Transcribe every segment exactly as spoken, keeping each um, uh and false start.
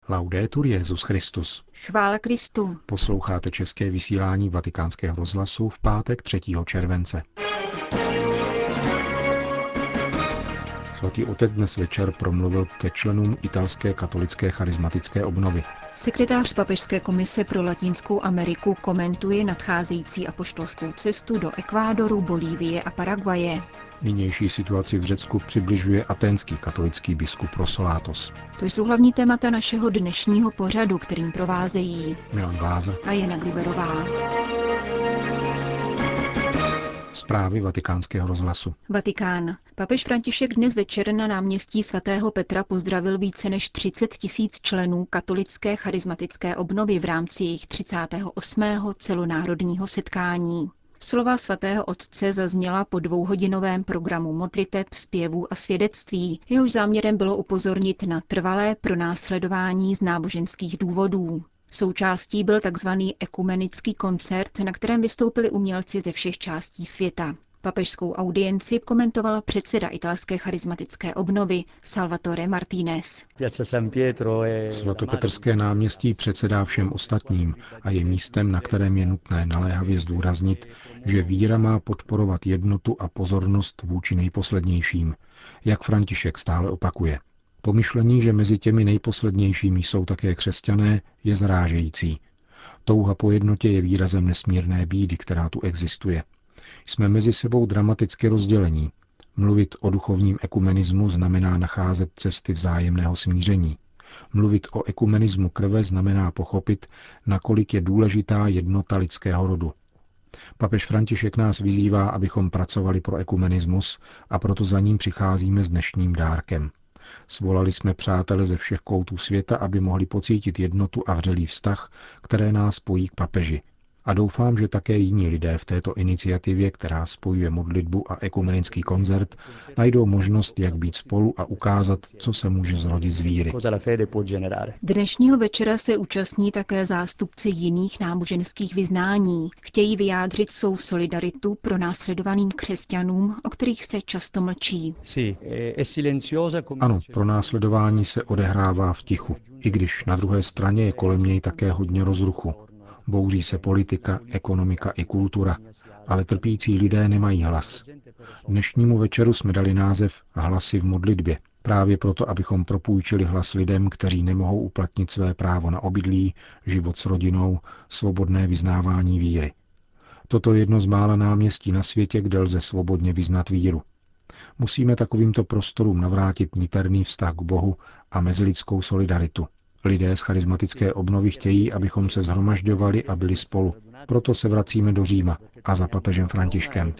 Laudetur Jesus Christus. Chvála Kristu. Posloucháte české vysílání Vatikánského rozhlasu v pátek třetího července. Svatý otec dnes večer promluvil ke členům italské katolické charismatické obnovy. Sekretář Papežské komise pro Latinskou Ameriku komentuje nadcházející apoštolskou cestu do Ekvádoru, Bolívie a Paraguaje. Nynější situaci v Řecku přibližuje aténský katolický biskup Prosolátos. To jsou hlavní témata našeho dnešního pořadu, kterým provázejí Milan Gláza a Jana Gruberová. Zprávy Vatikánského rozhlasu. Vatikán. Papež František dnes večer na náměstí svatého Petra pozdravil více než třicet tisíc členů katolické charismatické obnovy v rámci jejich třicátého osmého celonárodního setkání. Slova svatého otce zazněla po dvouhodinovém programu modliteb, zpěvů a svědectví. Jehož záměrem bylo upozornit na trvalé pronásledování z náboženských důvodů. Součástí byl tzv. Ekumenický koncert, na kterém vystoupili umělci ze všech částí světa. Papežskou audienci komentoval předseda italské charismatické obnovy Salvatore Martinez. Svatopetrské náměstí předsedá všem ostatním a je místem, na kterém je nutné naléhavě zdůraznit, že víra má podporovat jednotu a pozornost vůči nejposlednějším, jak František stále opakuje. Pomyšlení, že mezi těmi nejposlednějšími jsou také křesťané, je zarážející. Touha po jednotě je výrazem nesmírné bídy, která tu existuje. Jsme mezi sebou dramaticky rozdělení. Mluvit o duchovním ekumenismu znamená nacházet cesty vzájemného smíření. Mluvit o ekumenismu krve znamená pochopit, nakolik je důležitá jednota lidského rodu. Papež František nás vyzývá, abychom pracovali pro ekumenismus, a proto za ním přicházíme s dnešním dárkem. Svolali jsme přátele ze všech koutů světa, aby mohli pocítit jednotu a vřelý vztah, které nás spojí k papeži. A doufám, že také jiní lidé v této iniciativě, která spojuje modlitbu a ekumenický koncert, najdou možnost, jak být spolu a ukázat, co se může zrodit z víry. Dnešního večera se účastní také zástupci jiných náboženských vyznání. Chtějí vyjádřit svou solidaritu pro následovaným křesťanům, o kterých se často mlčí. Ano, pronásledování se odehrává v tichu, i když na druhé straně je kolem něj také hodně rozruchu. Bouří se politika, ekonomika i kultura, ale trpící lidé nemají hlas. Dnešnímu večeru jsme dali název Hlasy v modlitbě, právě proto, abychom propůjčili hlas lidem, kteří nemohou uplatnit své právo na obydlí, život s rodinou, svobodné vyznávání víry. Toto je jedno z mála náměstí na světě, kde lze svobodně vyznat víru. Musíme takovýmto prostorům navrátit niterný vztah k Bohu a mezilidskou solidaritu. Lidé z charismatické obnovy chtějí, abychom se shromažďovali a byli spolu. Proto se vracíme do Říma a za papežem Františkem.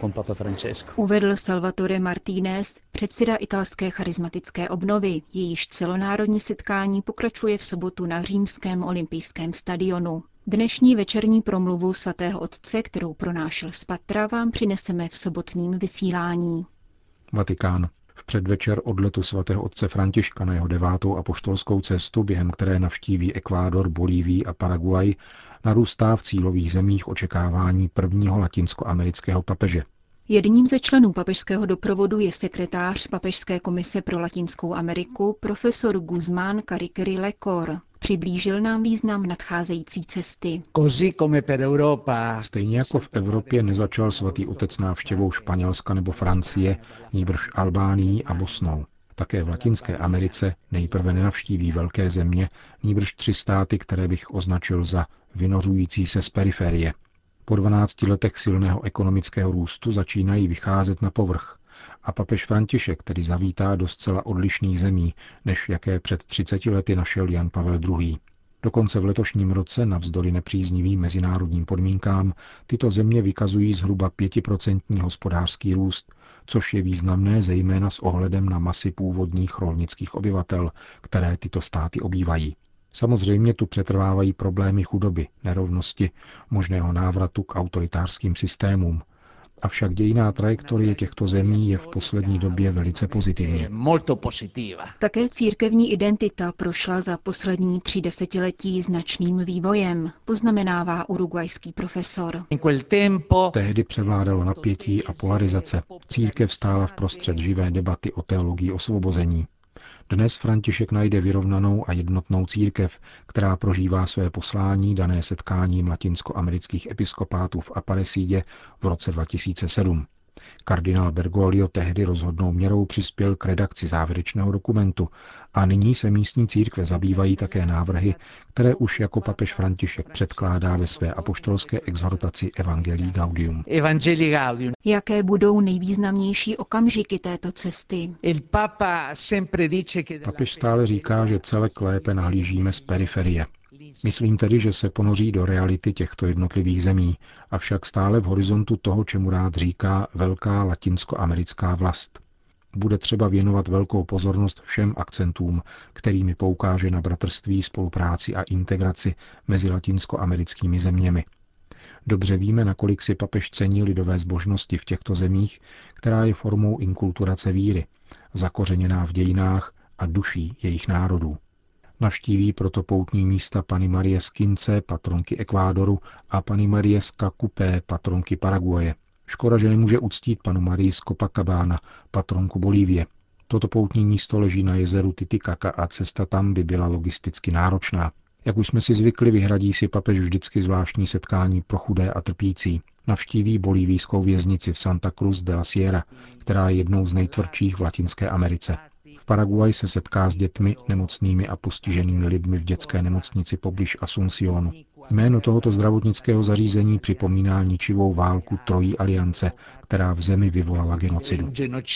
Uvedl Salvatore Martinez, předseda italské charismatické obnovy. Jejíž celonárodní setkání pokračuje v sobotu na římském olympijském stadionu. Dnešní večerní promluvu svatého otce, kterou pronášel z Patra, vám přineseme v sobotním vysílání. Vatikán. V předvečer odletu svatého otce Františka na jeho devátou apoštolskou cestu, během které navštíví Ekvádor, Bolívii a Paraguay, narůstá v cílových zemích očekávání prvního latinskoamerického papeže. Jedním ze členů papežského doprovodu je sekretář Papežské komise pro Latinskou Ameriku profesor Guzmán Caricri Lecor. Přiblížil nám význam nadcházející cesty. Stejně jako v Evropě nezačal svatý otec návštěvou Španělska nebo Francie, nýbrž Albánií a Bosnou. Také v Latinské Americe nejprve nenavštíví velké země, nýbrž tři státy, které bych označil za vynořující se z periferie. Po dvanácti letech silného ekonomického růstu začínají vycházet na povrch. A papež František tedy zavítá do zcela odlišných zemí, než jaké před třiceti lety našel Jan Pavel druhý. Dokonce v letošním roce, navzdory nepříznivým mezinárodním podmínkám, tyto země vykazují zhruba pětiprocentní hospodářský růst, což je významné zejména s ohledem na masy původních rolnických obyvatel, které tyto státy obývají. Samozřejmě tu přetrvávají problémy chudoby, nerovnosti, možného návratu k autoritářským systémům. Avšak dějinná trajektorie těchto zemí je v poslední době velice pozitivní. Také církevní identita prošla za poslední tři desetiletí značným vývojem, poznamenává urugvajský profesor. Tehdy převládalo napětí a polarizace. Církev stála vprostřed živé debaty o teologii osvobození. Dnes František najde vyrovnanou a jednotnou církev, která prožívá své poslání dané setkáním latinskoamerických episkopátů v Aparecidě v roce dva tisíce sedm. Kardinál Bergoglio tehdy rozhodnou měrou přispěl k redakci závěrečného dokumentu a nyní se místní církve zabývají také návrhy, které už jako papež František předkládá ve své apoštolské exhortaci Evangelii Gaudium. Jaké budou nejvýznamnější okamžiky této cesty? Papež stále říká, že celek lépe nahlížíme z periferie. Myslím tedy, že se ponoří do reality těchto jednotlivých zemí, avšak stále v horizontu toho, čemu rád říká velká latinskoamerická vlast. Bude třeba věnovat velkou pozornost všem akcentům, kterými poukáže na bratrství, spolupráci a integraci mezi latinskoamerickými zeměmi. Dobře víme, nakolik si papež cení lidové zbožnosti v těchto zemích, která je formou inkulturace víry, zakořeněná v dějinách a duší jejich národů. Navštíví proto poutní místa Panny Marie z Kince, patronky Ekvádoru, a Panny Marie z Cacupé, patronky Paraguaje. Škoda, že nemůže uctít panu Marii z Copacabana, patronku Bolívie. Toto poutní místo leží na jezeru Titicaca a cesta tam by byla logisticky náročná. Jak už jsme si zvykli, vyhradí si papež vždycky zvláštní setkání pro chudé a trpící. Navštíví bolívijskou věznici v Santa Cruz de la Sierra, která je jednou z nejtvrdších v Latinské Americe. V Paraguaji se setká s dětmi, nemocnými a postiženými lidmi v dětské nemocnici poblíž Asuncionu. Jméno tohoto zdravotnického zařízení připomíná ničivou válku Trojí aliance, která v zemi vyvolala genocidu.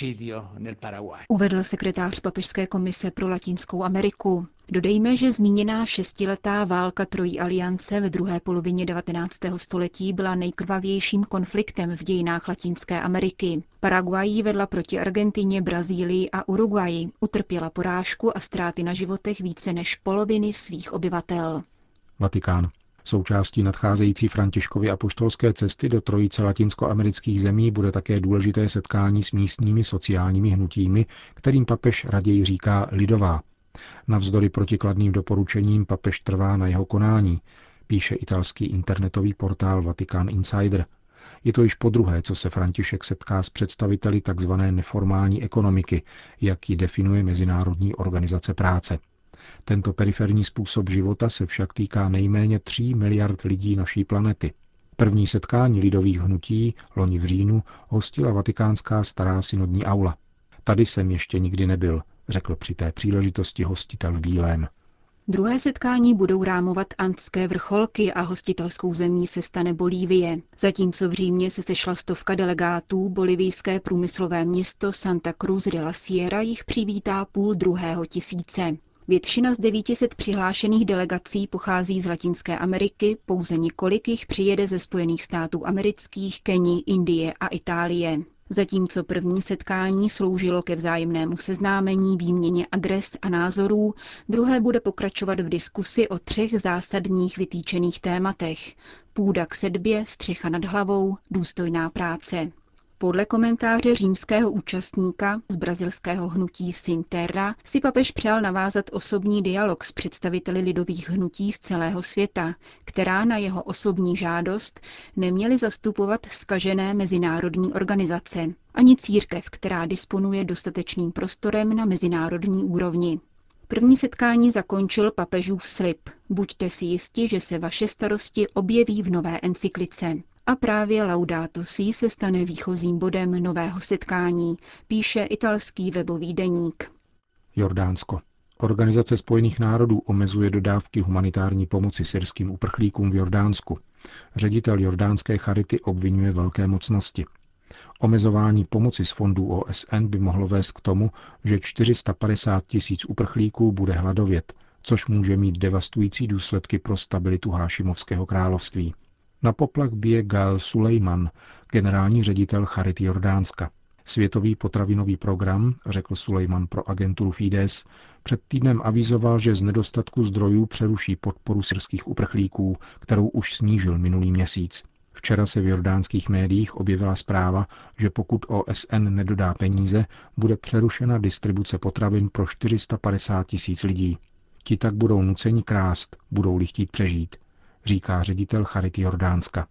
Uvedl sekretář Papežské komise pro Latinskou Ameriku. Dodejme, že zmíněná šestiletá válka Trojí aliance ve druhé polovině devatenáctého století byla nejkrvavějším konfliktem v dějinách Latinské Ameriky. Paraguay vedla proti Argentině, Brazílii a Uruguayi, utrpěla porážku a ztráty na životech více než poloviny svých obyvatel. Vatikán. Součástí nadcházející Františkovy apoštolské cesty do trojice latinskoamerických zemí bude také důležité setkání s místními sociálními hnutími, kterým papež raději říká lidová. Navzdory protikladným doporučením papež trvá na jeho konání, píše italský internetový portál Vatican Insider. Je to již podruhé, co se František setká s představiteli tzv. Neformální ekonomiky, jak ji definuje Mezinárodní organizace práce. Tento periferní způsob života se však týká nejméně tří miliard lidí naší planety. První setkání lidových hnutí loni v říjnu hostila vatikánská stará synodní aula. Tady jsem ještě nikdy nebyl, řekl při té příležitosti hostitel v bílém. Druhé setkání budou rámovat andské vrcholky a hostitelskou zemí se stane Bolívie. Zatímco v Římě se sešla stovka delegátů, bolivijské průmyslové město Santa Cruz de la Sierra jich přivítá půl druhého tisíce. Většina z devět set přihlášených delegací pochází z Latinské Ameriky, pouze několik jich přijede ze Spojených států amerických, Keni, Indie a Itálie. Zatímco první setkání sloužilo ke vzájemnému seznámení, výměně adres a názorů, druhé bude pokračovat v diskusi o třech zásadních vytýčených tématech. Půda k sedbě, střecha nad hlavou, důstojná práce. Podle komentáře římského účastníka z brazilského hnutí Sin Terra si papež přál navázat osobní dialog s představiteli lidových hnutí z celého světa, která na jeho osobní žádost neměly zastupovat zkažené mezinárodní organizace, ani církev, která disponuje dostatečným prostorem na mezinárodní úrovni. První setkání zakončil papežův slib. Buďte si jisti, že se vaše starosti objeví v nové encyklice. A právě Laudato Si se stane výchozím bodem nového setkání, píše italský webový deník. Jordánsko. Organizace spojených národů omezuje dodávky humanitární pomoci syrským uprchlíkům v Jordánsku. Ředitel jordánské charity obvinuje velké mocnosti. Omezování pomoci z fondů O S N by mohlo vést k tomu, že čtyři sta padesát tisíc uprchlíků bude hladovět, což může mít devastující důsledky pro stabilitu Hášimovského království. Na poplach bije Gal Sulejman, generální ředitel Charity Jordánska. Světový potravinový program, řekl Sulejman pro agenturu Fides, před týdnem avizoval, že z nedostatku zdrojů přeruší podporu syrských uprchlíků, kterou už snížil minulý měsíc. Včera se v jordánských médiích objevila zpráva, že pokud O S N nedodá peníze, bude přerušena distribuce potravin pro čtyři sta padesát tisíc lidí. Ti tak budou nuceni krást, budou-li chtít přežít, říká ředitel Charity Jordánska.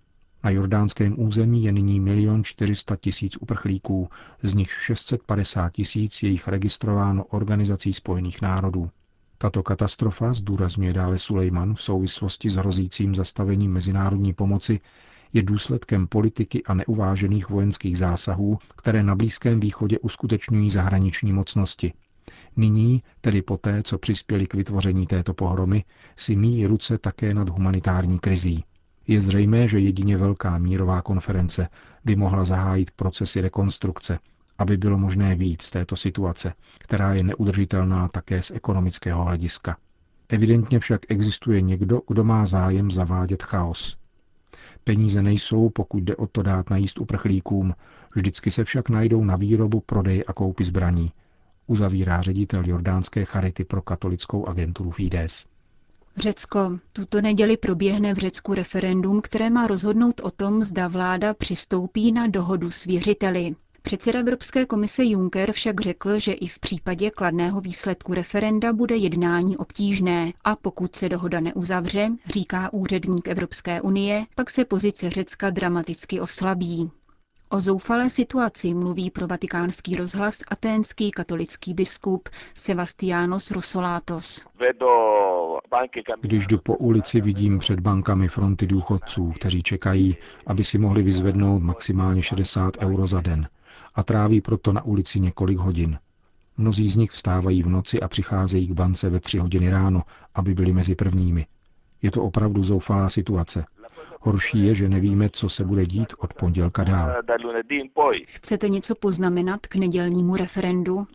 Na jordánském území je nyní milion čtyři sta tisíc uprchlíků, z nich šest set padesát tisíc je jich registrováno Organizací spojených národů. Tato katastrofa, zdůrazňuje dále Sulejman v souvislosti s hrozícím zastavením mezinárodní pomoci, je důsledkem politiky a neuvážených vojenských zásahů, které na Blízkém východě uskutečňují zahraniční mocnosti. Nyní, tedy poté, co přispěli k vytvoření této pohromy, si míjí ruce také nad humanitární krizí. Je zřejmé, že jedině velká mírová konference by mohla zahájit procesy rekonstrukce, aby bylo možné vyjít z této situace, která je neudržitelná také z ekonomického hlediska. Evidentně však existuje někdo, kdo má zájem zavádět chaos. Peníze nejsou, pokud jde o to dát najíst uprchlíkům, vždycky se však najdou na výrobu, prodej a koupi zbraní, uzavírá ředitel jordánské charity pro katolickou agenturu Fides. Řecko. Tuto neděli proběhne v Řecku referendum, které má rozhodnout o tom, zda vláda přistoupí na dohodu s věřiteli. Předseda Evropské komise Juncker však řekl, že i v případě kladného výsledku referenda bude jednání obtížné a pokud se dohoda neuzavře, říká úředník Evropské unie, pak se pozice Řecka dramaticky oslabí. O zoufalé situaci mluví pro Vatikánský rozhlas aténský katolický biskup Sevastianos Rossolatos. Když jdu po ulici, vidím před bankami fronty důchodců, kteří čekají, aby si mohli vyzvednout maximálně šedesát euro za den a tráví proto na ulici několik hodin. Mnozí z nich vstávají v noci a přicházejí k bance ve tři hodiny ráno, aby byli mezi prvními. Je to opravdu zoufalá situace. Horší je, že nevíme, co se bude dít od pondělka dál. Chcete něco poznamenat k nedělnímu referendu?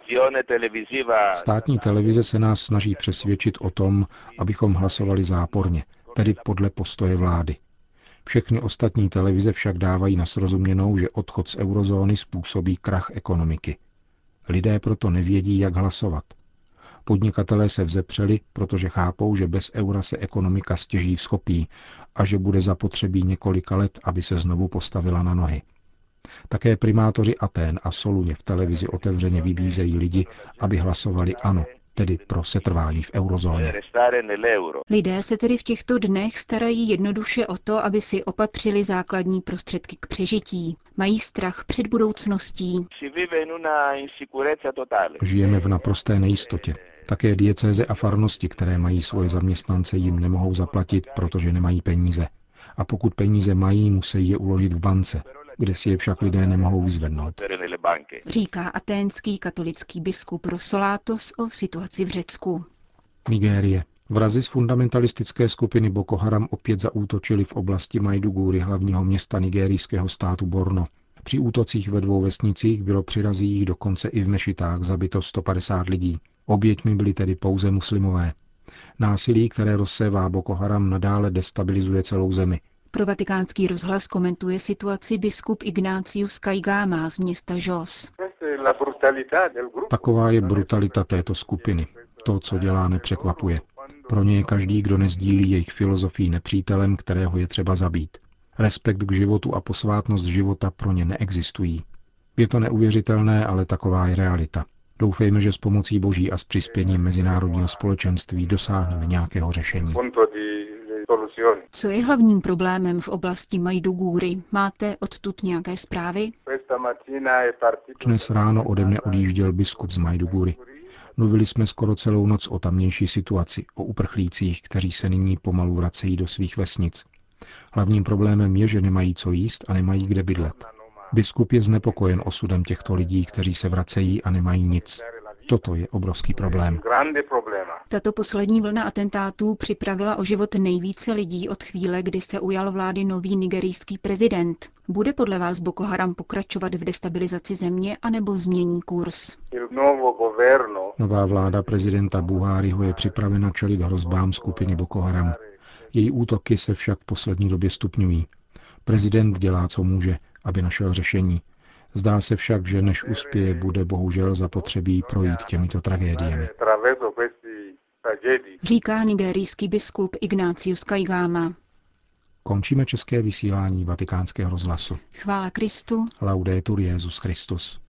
Státní televize se nás snaží přesvědčit o tom, abychom hlasovali záporně, tedy podle postoje vlády. Všechny ostatní televize však dávají na srozuměnou, že odchod z eurozóny způsobí krach ekonomiky. Lidé proto nevědí, jak hlasovat. Podnikatelé se vzepřeli, protože chápou, že bez eura se ekonomika stěží vzchopí a že bude zapotřebí několika let, aby se znovu postavila na nohy. Také primátoři Atén a Soluně v televizi otevřeně vybízejí lidi, aby hlasovali ano, tedy pro setrvání v eurozóně. Lidé se tedy v těchto dnech starají jednoduše o to, aby si opatřili základní prostředky k přežití. Mají strach před budoucností. Žijeme v naprosté nejistotě. Také diecéze a farnosti, které mají svoje zaměstnance, jim nemohou zaplatit, protože nemají peníze. A pokud peníze mají, musí je uložit v bance, kde si je však lidé nemohou vyzvednout. Říká aténský katolický biskup Rossolatos o situaci v Řecku. Nigérie. Vrazi z fundamentalistické skupiny Boko Haram opět zaútočili v oblasti Maiduguri, hlavního města nigérijského státu Borno. Při útocích ve dvou vesnicích bylo při razích dokonce i v mešitách zabito sto padesát lidí. Oběťmi byli tedy pouze muslimové. Násilí, které rozsévá Boko Haram, nadále destabilizuje celou zemi. Pro Vatikánský rozhlas komentuje situaci biskup Ignácius Kaigama z města Jos. Taková je brutalita této skupiny. To, co dělá, nepřekvapuje. Pro ně je každý, kdo nezdílí jejich filozofii, nepřítelem, kterého je třeba zabít. Respekt k životu a posvátnost života pro ně neexistují. Je to neuvěřitelné, ale taková je realita. Doufejme, že s pomocí Boží a s přispěním mezinárodního společenství dosáhneme nějakého řešení. Co je hlavním problémem v oblasti Maiduguri? Máte odtud nějaké zprávy? Dnes ráno ode mne odjížděl biskup z Maiduguri. Mluvili jsme skoro celou noc o tamnější situaci, o uprchlících, kteří se nyní pomalu vracejí do svých vesnic. Hlavním problémem je, že nemají co jíst a nemají kde bydlet. Biskup je znepokojen osudem těchto lidí, kteří se vracejí a nemají nic. Toto je obrovský problém. Tato poslední vlna atentátů připravila o život nejvíce lidí od chvíle, kdy se ujal vlády nový nigerijský prezident. Bude podle vás Boko Haram pokračovat v destabilizaci země anebo změní kurz? Nová vláda prezidenta Buhariho je připravena čelit hrozbám skupiny Boko Haram. Její útoky se však v poslední době stupňují. Prezident dělá, co může, aby našel řešení. Zdá se však, že než uspěje, bude bohužel zapotřebí projít těmito tragédiemi. Říká nigerijský biskup Ignácius Kaigama. Končíme české vysílání Vatikánského rozhlasu. Chvála Kristu. Laudetur Jesus Christus.